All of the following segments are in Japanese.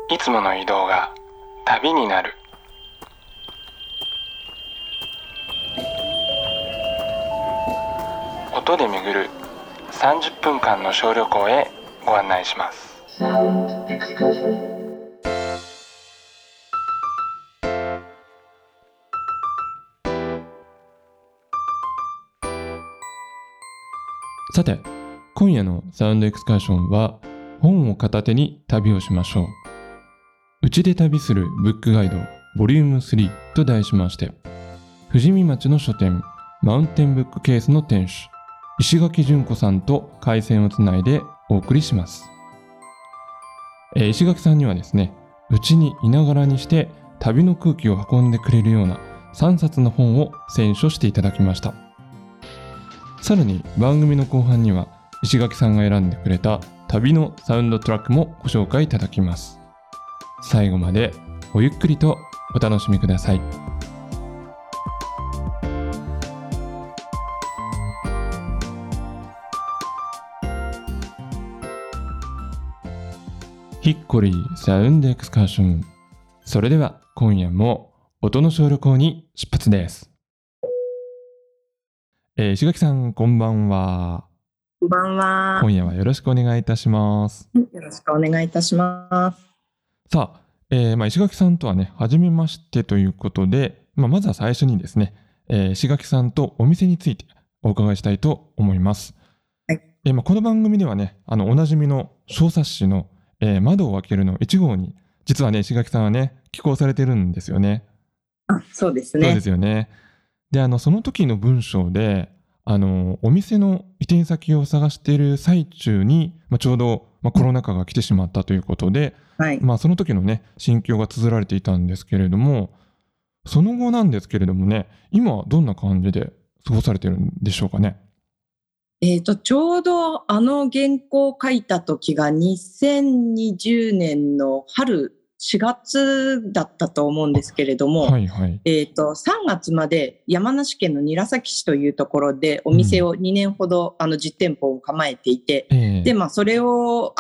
いつもの移動が旅になる。音で巡る30分間の小旅行へご案内します。さて、今夜のサウンドエクスカーションは本を片手に旅をしましょう。うちで旅するブックガイドボリューム3と題しまして、富士見町の書店マウンテンブックケースの店主石垣純子さんと回線をつないでお送りします。石垣さんにはですね、うちにいながらにして旅の空気を運んでくれるような3冊の本を選書していただきました。さらに番組の後半には石垣さんが選んでくれた旅のサウンドトラックもご紹介いただきます。最後までごゆっくりとお楽しみください。ヒッコリーサウンドエクスカーション。それでは今夜も音の小旅行に出発です。石垣さん、こんばんは。 こんばんは。 今夜はよろしくお願いいたします。 よろしくお願いいたします。 さあ、石垣さんとはね、初めましてということで、まずは最初にですね、石垣さんとお店についてお伺いしたいと思います。 はい。 この番組ではね、おなじみの小冊子の、窓を開けるの1号に、実はね、石垣さんはね、寄稿されてるんですよね。 そうですね。 そうですよね。で、その時の文章で、お店の移転先を探している最中に、ちょうど、コロナ禍が来てしまったということで、 はい。 その時のね、心境が綴られていたんですけれども、その後なんですけれどもね、今はどんな感じで過ごされてるんでしょうかね。 ちょうど原稿を書いた時が2020年の春4月だったと思うんですけれども、 はいはい。 3月まで山梨県の韮崎市というところでお店を2年ほど実店舗を構えていて、で、それを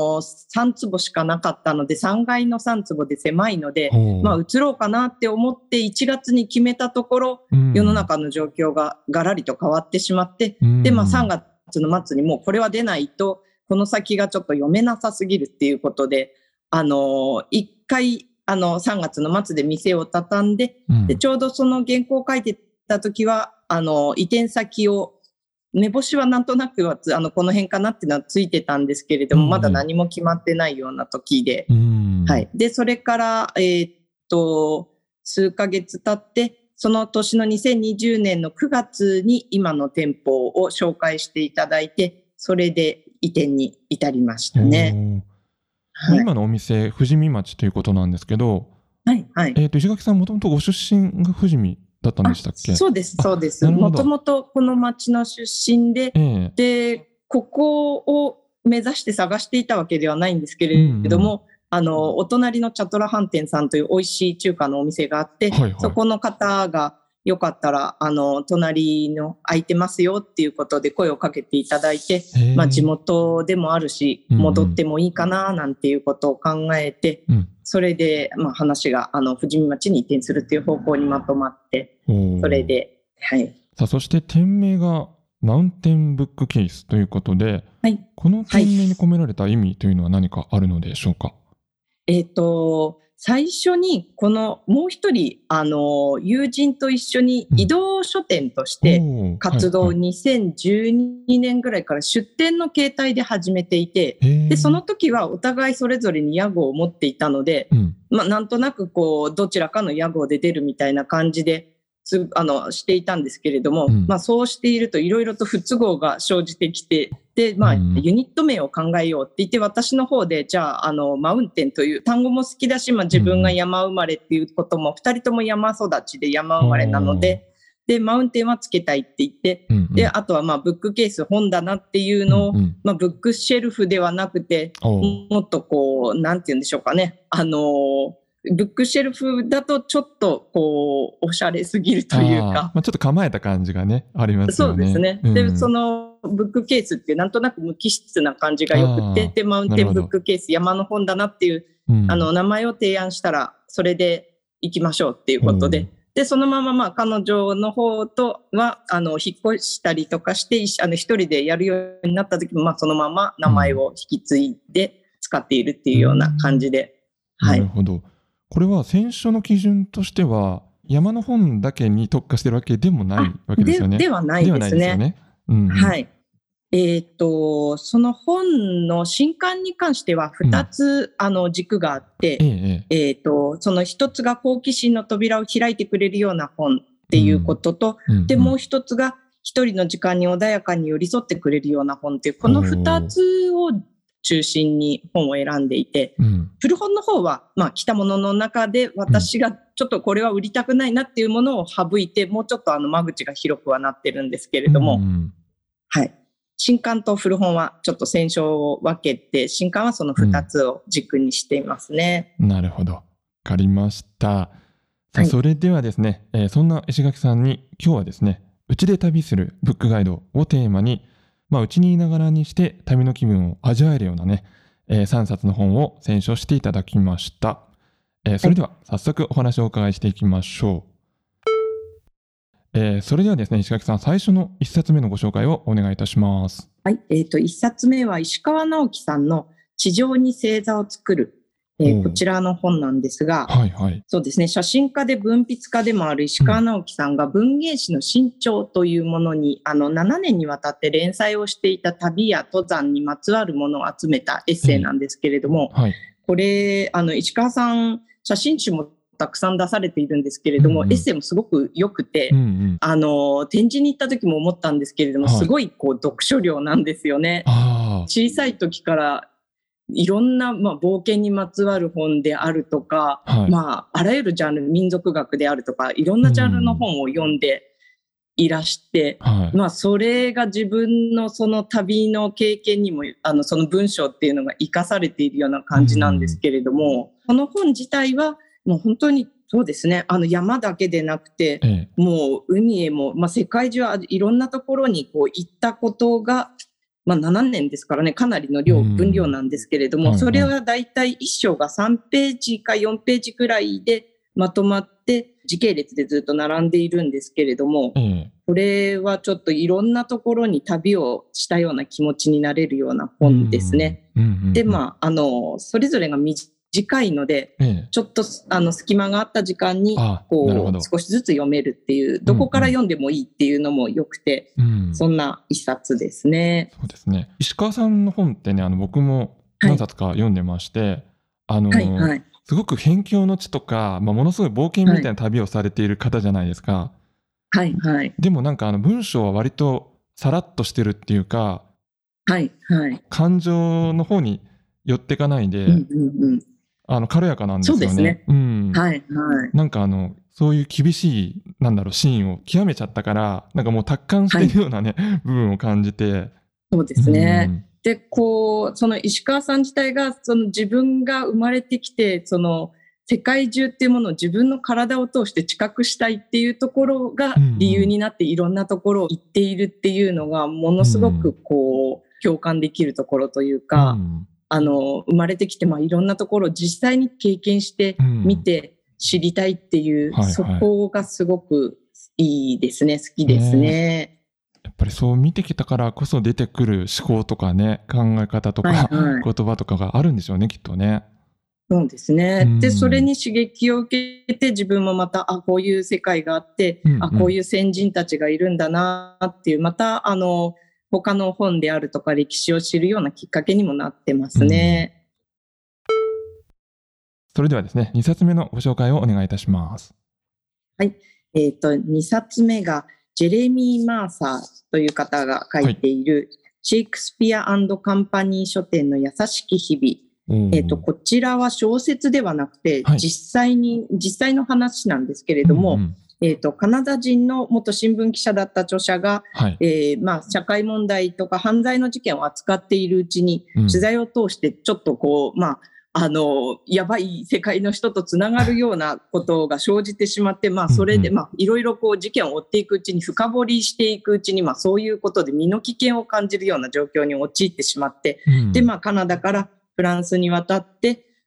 3坪しかなかったので、3階の3坪で狭いので、移ろうかなって思って1月に決めたところ、世の中の状況がガラリと変わってしまって、で、3月の末にもうこれは出ないと、この先がちょっと読めなさすぎるっていうことで、一回3月の末で店を畳んで、でちょうどその原稿を書いてた時は移転先を目星はなんとなくはこの辺かなっていうのはついてたんですけれども、まだ何も決まってないような時で、はい。でそれから数ヶ月経ってその年の2020年の9月に今の店舗を紹介していただいて、それで移転に至りましたね。 はい、今のお店、富士見町ということなんですけど、 はいはい。 石垣さん、もともとご出身が富士見だったんでしたっけ？ そうです、そうです。もともとこの町の出身で、で、ここを目指して探していたわけではないんですけれども、お隣のチャトラ飯店さんという美味しい中華のお店があって、そこの方が、よかったら隣の空いてますよっていうことで声をかけていただいて、地元でもあるし戻ってもいいかななんていうことを考えて、それで話が富士見町に移転するっていう方向にまとまって、それで、はい。 さあ、そして店名がマウンテンブックケースということで、はい、この店名に込められた意味というのは何かあるのでしょうか？ 最初にこのもう一人友人と一緒に移動書店として活動を2012年ぐらいから出店の形態で始めていて、でその時はお互いそれぞれに屋号を持っていたので、なんとなくこうどちらかの屋号で出るみたいな感じでしていたんですけれども、そうしているといろいろと不都合が生じてきて、で、ユニット名を考えようって言って、私の方で、じゃあ、マウンテンという単語も好きだし、自分が山生まれっていうことも、二人とも山育ちで山生まれなので、で、マウンテンはつけたいって言って、で、あとはブックケース、本棚っていうのを、ブックシェルフではなくて、もっとこう、なんて言うんでしょうかね、ブックシェルフだとちょっとこうおしゃれすぎるというか、 ちょっと構えた感じがねありますよね。 そうですね。でそのブックケースってなんとなく無機質な感じがよくて、でマウンテンブックケース山の本棚っていう名前を提案したら、それで行きましょうっていうことで、で、そのまま彼女の方とは、引っ越したりとかして、一人でやるようになった時も、そのまま名前を引き継いで使っているっていうような感じで。 なるほど。これは選書の基準としては、山の本だけに特化してるわけでもないわけですよね。 ではないですね。はい。その本の新刊に関しては2つ、軸があって、その1つが好奇心の扉を開いてくれるような本っていうことと、で、もう1つが一人の時間に穏やかに寄り添ってくれるような本っていう、この2つを中心に本を選んでいて、古本の方は、来たものの中で私がちょっとこれは売りたくないなっていうものを省いて、もうちょっと間口が広くはなってるんですけれども、はい。新刊と古本はちょっと選書を分けて、新刊はその2つを軸にしていますね。 なるほど。わかりました。それではですね、そんな石垣さんに今日はですね、うちで旅するブックガイドをテーマに、うちにいながらにして旅の気分を味わえるようなね、3冊の本を選書していただきました。それでは早速お話をお伺いしていきましょう。それではですね、石垣さん、最初の1冊目のご紹介をお願いいたします。 はい。1冊目は石川直樹さんの地上に星座を作る。こちらの本なんですが、そうですね、写真家で文筆家でもある石川直樹さんが文芸誌の新潮というものに、7年にわたって連載をしていた旅や登山にまつわるものを集めたエッセイなんですけれども、これ、石川さん、写真集もたくさん出されているんですけれども、エッセイもすごく良くて、展示に行った時も思ったんですけれども、すごい読書量なんですよね。小さい時からいろんな、冒険にまつわる本であるとか、あらゆるジャンル、民族学であるとか、いろんなジャンルの本を読んでいらして、それが自分のその旅の経験にも、その文章っていうのが生かされているような感じなんですけれども、この本自体はもう本当にそうですね、山だけでなくて、もう海へも、世界中いろんなところに行ったことが、7年ですからね、かなりの分量なんですけれども、それはだいたい一章が3ページか4ページくらいでまとまって時系列でずっと並んでいるんですけれども、これはちょっといろんなところに旅をしたような気持ちになれるような本ですね。で、それぞれが短いので、ちょっと隙間があった時間に少しずつ読めるっていう、どこから読んでもいいっていうのも良くて、そんな一冊ですね。 そうですね。石川さんの本ってね、僕も何冊か読んでまして、すごく辺境の地とか、ものすごい冒険みたいな旅をされている方じゃないですか。でもなんか文章は割とさらっとしてるっていうか、感情の方に寄っていかないで、軽やかなんですよね。 そうですね。 なんかそういう厳しい、シーンを極めちゃったから、なんかもう達観してるようなね、部分を感じて。 そうですね。で、その石川さん自体が、自分が生まれてきて、世界中っていうものを自分の体を通して知覚したいっていうところが理由になって、いろんなところを行っているっていうのが、ものすごく共感できるところというか、生まれてきて、いろんなところを実際に経験して見て知りたいっていう、そこがすごくいいですね。好きですね。 やっぱりそう見てきたからこそ出てくる思考とかね、考え方とか、言葉とかがあるんでしょうね、きっとね。 そうですね。で、それに刺激を受けて自分もまた、こういう世界があって、こういう先人たちがいるんだなっていう、また他の本であるとか歴史を知るようなきっかけにもなってますね。 それではですね、2冊目のご紹介をお願いいたします。 はい。2冊目がジェレミー・マーサーという方が書いている、シェイクスピア&カンパニー書店の優しき日々。こちらは小説ではなくて、実際の話なんですけれども、カナダ人の元新聞記者だった著者が、社会問題とか犯罪の事件を扱っているうちに、取材を通してちょっとやばい世界の人とつながるようなことが生じてしまって、それでいろいろ事件を追っていくうちに、深掘りしていくうちに、そういうことで身の危険を感じるような状況に陥ってしまって、で、カナダからフランスに渡って、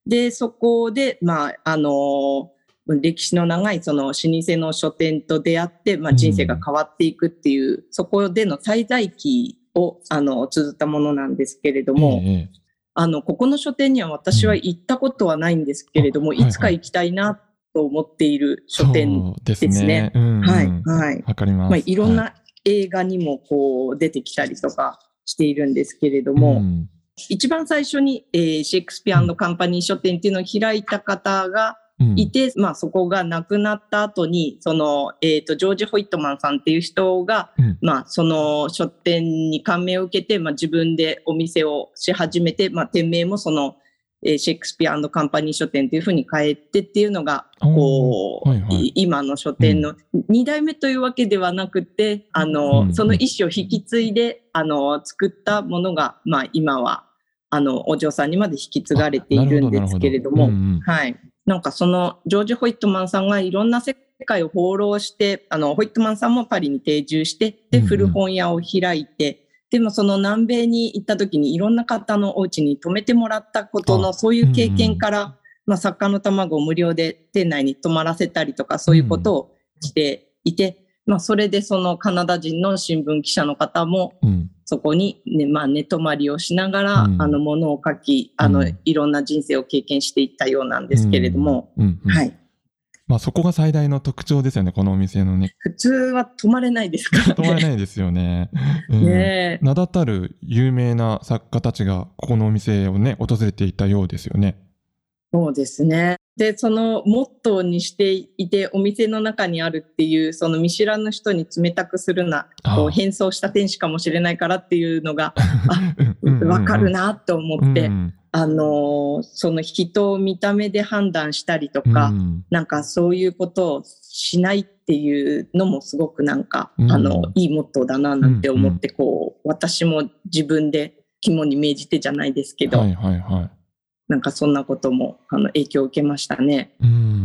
で、そこで、歴史の長いその老舗の書店と出会って、人生が変わっていくっていう、そこでの滞在期を、綴ったものなんですけれども、ここの書店には私は行ったことはないんですけれども、いつか行きたいなと思っている書店ですね。はい。はい。 わかります。 いろんな映画にもこう出てきたりとかしているんですけれども、一番最初に、シェイクスピア&カンパニー書店っていうのを開いた方がいて、そこが亡くなった後に、その、ジョージ・ホイットマンさんっていう人が、その書店に感銘を受けて、自分でお店をし始めて、店名もその、シェイクスピア&カンパニー書店というふうに変えてっていうのが、こう、今の書店の2代目というわけではなくて、その意思を引き継いで、作ったものが、今は、お嬢さんにまで引き継がれているんですけれども、はい。なんかその、ジョージ・ホイットマンさんがいろんな世界を放浪して、ホイットマンさんもパリに定住して、で、古本屋を開いて、でもその南米に行った時にいろんな方のお家に泊めてもらったことのそういう経験から、作家の卵を無料で店内に泊まらせたりとかそういうことをしていて、それでそのカナダ人の新聞記者の方もそこに寝泊まりをしながら物を書き、いろんな人生を経験していったようなんですけれども、はい。 そこが最大の特徴ですよね、このお店のね。 普通は泊まれないですからね。 泊まれないですよね。名だたる有名な作家たちがここのお店をね、訪れていたようですよね。 そうですね。で、そのモットーにしていて、お店の中にあるっていう、その見知らぬ人に冷たくするな、こう変装した天使かもしれないからっていうのが、わかるなと思って、その人を見た目で判断したりとか、なんかそういうことをしないっていうのもすごくなんか、いいモットーだななんて思って、こう、私も自分で肝に銘じてじゃないですけど、なんかそんなことも影響を受けましたね。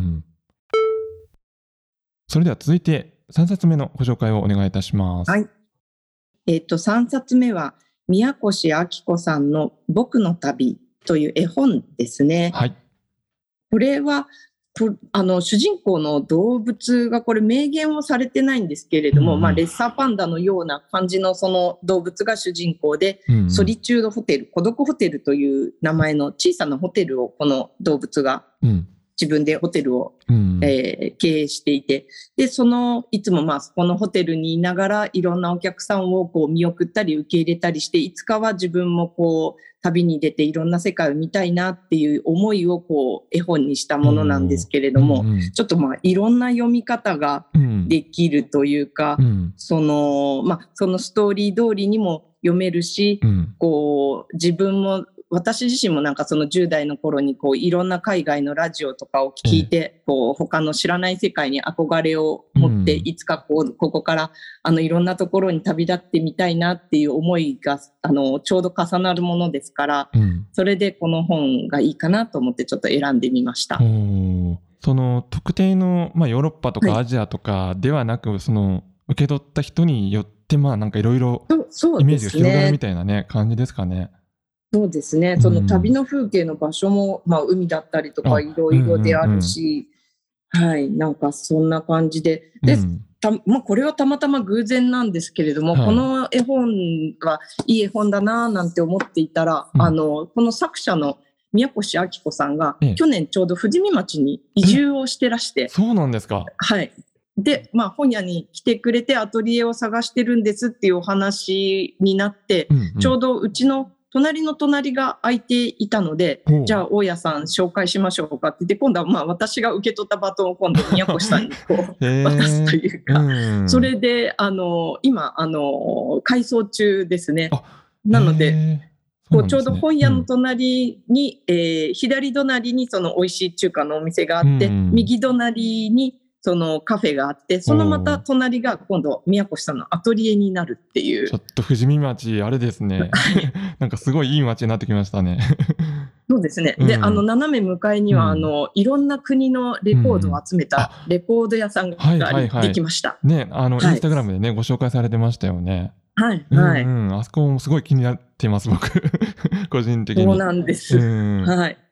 それでは続いて3冊目のご紹介をお願いいたします。 はい。3冊目は宮越明子さんの僕の旅という絵本ですね。 はい。 これは主人公の動物がこれ明言をされてないんですけれども、レッサーパンダのような感じのその動物が主人公で、ソリチュードホテル、孤独ホテルという名前の小さなホテルをこの動物が自分でホテルを、経営していて、で、いつもそこのホテルにいながらいろんなお客さんをこう見送ったり受け入れたりして、いつかは自分もこう旅に出ていろんな世界を見たいなっていう思いをこう絵本にしたものなんですけれども、ちょっといろんな読み方ができるというか、そのストーリー通りにも読めるし、こう私自身もなんかその10代の頃にこういろんな海外のラジオとかを聞いて、こう他の知らない世界に憧れを持って、いつかここからいろんなところに旅立ってみたいなっていう思いがちょうど重なるものですから、それでこの本がいいかなと思ってちょっと選んでみました。 その特定の、ヨーロッパとかアジアとかではなく、その受け取った人によってなんかいろいろイメージが広がるみたいなね、感じですかね。 そうですね。その旅の風景の場所も、海だったりとかいろいろであるし、はい、なんかそんな感じで。で、これはたまたま偶然なんですけれども、この絵本はいい絵本だななんて思っていたら、この作者の宮越明子さんが、去年ちょうど富士見町に移住をしてらして。 そうなんですか。 はい。で、本屋に来てくれてアトリエを探してるんですっていうお話になって、ちょうどうちの隣の隣が空いていたので、じゃあ大家さん紹介しましょうかって言って、今度は私が受け取ったバトンを今度宮越さんにこう渡すというか、それで今改装中ですね。なので、ちょうど本屋の隣に、左隣にその美味しい中華のお店があって、右隣にそのカフェがあって、そのまた隣が今度宮越さんのアトリエになるっていう。 ちょっと富士見町あれですね。なんかすごいいい町になってきましたね。 そうですね。で、斜め向かいには、いろんな国のレコードを集めたレコード屋さんができました。 ね、インスタグラムでね、ご紹介されてましたよね。 はい、はい。 あそこもすごい気になってます、僕。個人的に。 そうなんです。はい。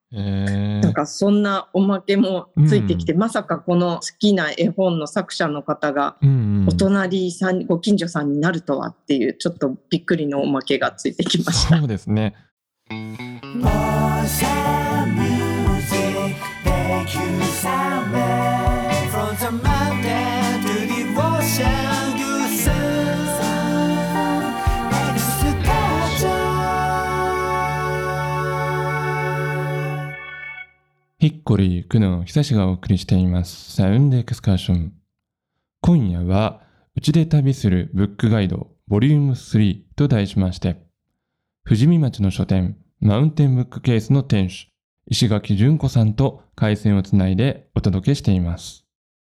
なんかそんなおまけもついてきて、まさかこの好きな絵本の作者の方がお隣さん、ご近所さんになるとはっていうちょっとびっくりのおまけがついてきました。 そうですね。ヒッコリー久野久志がお送りしていますサウンドエクスカーション。今夜はうちで旅するブックガイドボリューム3と題しまして、富士見町の書店マウンテンブックケースの店主石垣純子さんと回線をつないでお届けしています。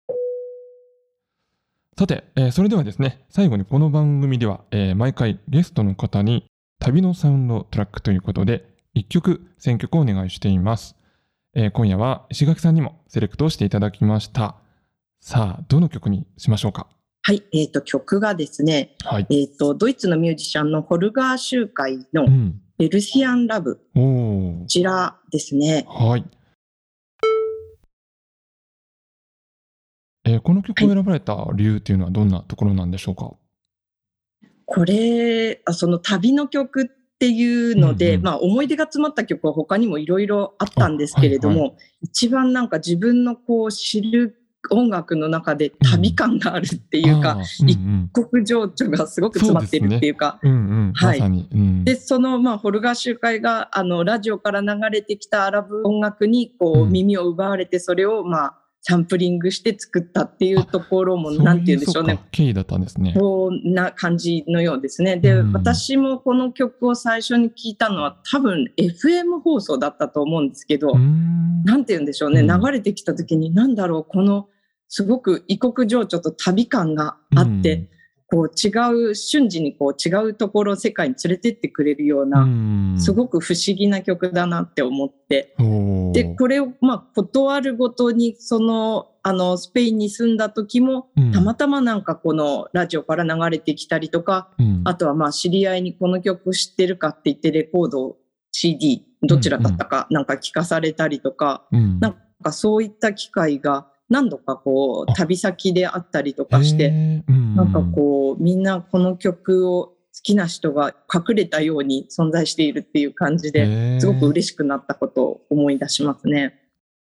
さて、それではですね、最後にこの番組では、毎回ゲストの方に旅のサウンドトラックということで1曲選曲をお願いしています。今夜は石垣さんにもセレクトをしていただきました。さあ、どの曲にしましょうか？ はい、曲がですね、はい、ドイツのミュージシャンのホルガー・シューカイのベルシアン・ラブ、こちらですね。 はい。この曲を選ばれた理由というのはどんなところなんでしょうか？ これ、その旅の曲っていうので、思い出が詰まった曲は他にもいろいろあったんですけれども、一番なんか自分のこう知る音楽の中で旅感があるっていうか、一国情緒がすごく詰まってるっていうか、 まさに。 で、そのホルガー集会がラジオから流れてきたアラブ音楽にこう耳を奪われて、それをサンプリングして作ったっていうところも、なんて言うんでしょうね。 経緯だったんですね。 こんな感じのようですね。で、私もこの曲を最初に聞いたのは多分 FM 放送だったと思うんですけど、なんて言うんでしょうね。流れてきた時になんだろう、このすごく異国情緒と旅感があって、こう違う、瞬時にこう違うところ、世界に連れてってくれるような、すごく不思議な曲だなって思って、で、これを断るごとに、スペインに住んだ時も、たまたまなんかこのラジオから流れてきたりとか、あとは知り合いにこの曲知ってるかって言ってレコード、CD、どちらだったかなんか聞かされたりとか、なんかそういった機会が、何度かこう旅先であったりとかして、なんかこうみんなこの曲を好きな人が隠れたように存在しているっていう感じですごく嬉しくなったことを思い出しますね。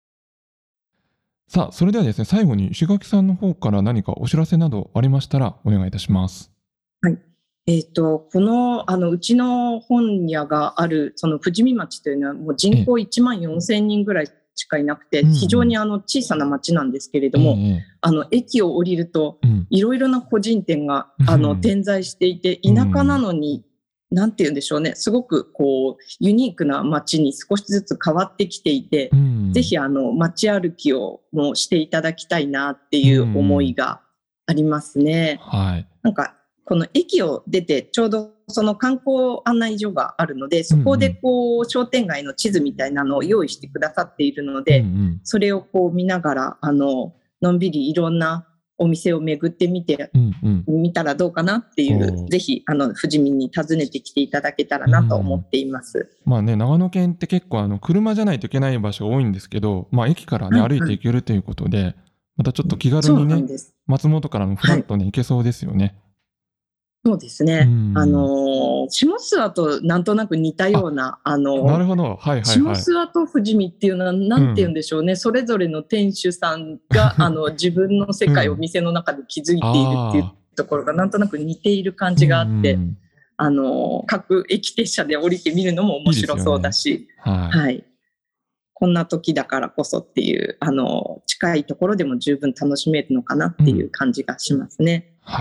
さあ、それではですね、最後に石垣さんの方から何かお知らせなどありましたらお願いいたします。 はい。このうちの本屋があるその富士見町というのはもう人口14,000人ぐらいしかいなくて、非常に小さな町なんですけれども、駅を降りるといろいろな個人店が点在していて、田舎なのになんて言うんでしょうね、すごくこうユニークな町に少しずつ変わってきていて、ぜひ街歩きをもうしていただきたいなっていう思いがありますね。なんかこの駅を出てちょうどその観光案内所があるので、そこでこう商店街の地図みたいなのを用意してくださっているので、それをこう見ながらのんびりいろんなお店を巡ってみて、見たらどうかなっていう、ぜひ富士見に訪ねてきていただけたらなと思っています。 長野県って結構車じゃないといけない場所が多いんですけど、駅からね、歩いて行けるということで、またちょっと気軽にね、松本からのフラッとね、行けそうですよね。 そうですね。下諏訪となんとなく似たような、 なるほど。下諏訪と富士見っていうのは、なんて言うんでしょうね。それぞれの店主さんが、自分の世界を店の中で築いているっていうところが、なんとなく似ている感じがあって、各駅停車で降りてみるのも面白そうだし、こんな時だからこそっていう、近いところでも十分楽しめるのかなっていう感じがしますね。 はい。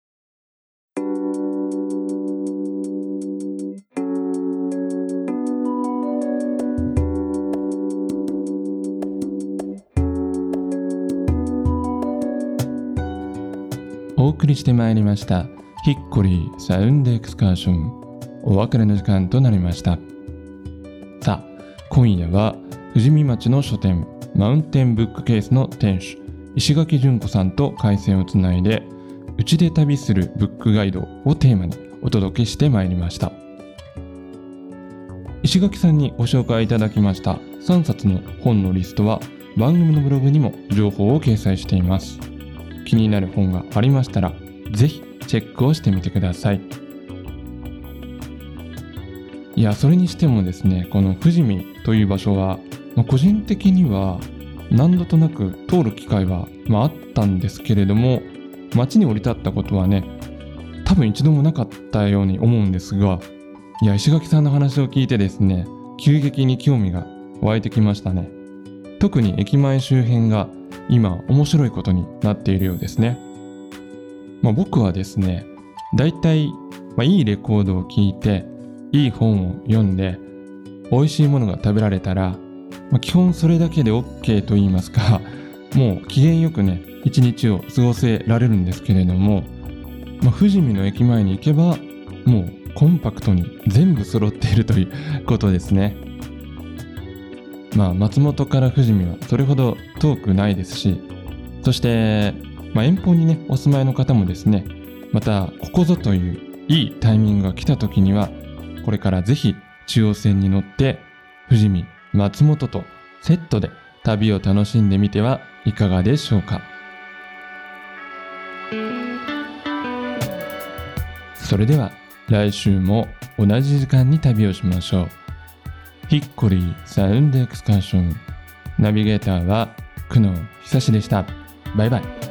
お送りしてまいりましたヒッコリーサウンドエクスカーション、お別れの時間となりました。さあ、今夜は富士見町の書店マウンテンブックケースの店主石垣純子さんと回線をつないで、うちで旅するブックガイドをテーマにお届けしてまいりました。 石垣さんにご紹介いただきました3冊の本のリストは番組のブログにも情報を掲載しています。気になる本がありましたらぜひチェックをしてみてください。いや、それにしてもですね、この富士見という場所は、個人的には何度となく通る機会は、あったんですけれども、街に降り立ったことはね、多分一度もなかったように思うんですが、いや、石垣さんの話を聞いてですね、急激に興味が湧いてきましたね。特に駅前周辺が今面白いことになっているようですね。僕はですね、だいたいいいレコードを聴いて、いい本を読んで、美味しいものが食べられたら、基本それだけで OK と言いますか、もう機嫌よくね、一日を過ごせられるんですけれども、富士見の駅前に行けば、もうコンパクトに全部揃っているということですね。松本から富士見はそれほど遠くないですし、そして、遠方にねお住まいの方もですね、またここぞといういいタイミングが来た時には、これからぜひ中央線に乗って富士見、松本とセットで旅を楽しんでみてはいかがでしょうか。それでは来週も同じ時間に旅をしましょう。ヒッコリーサウンドエクスカーション、ナビゲーターは久野久志でした。バイバイ。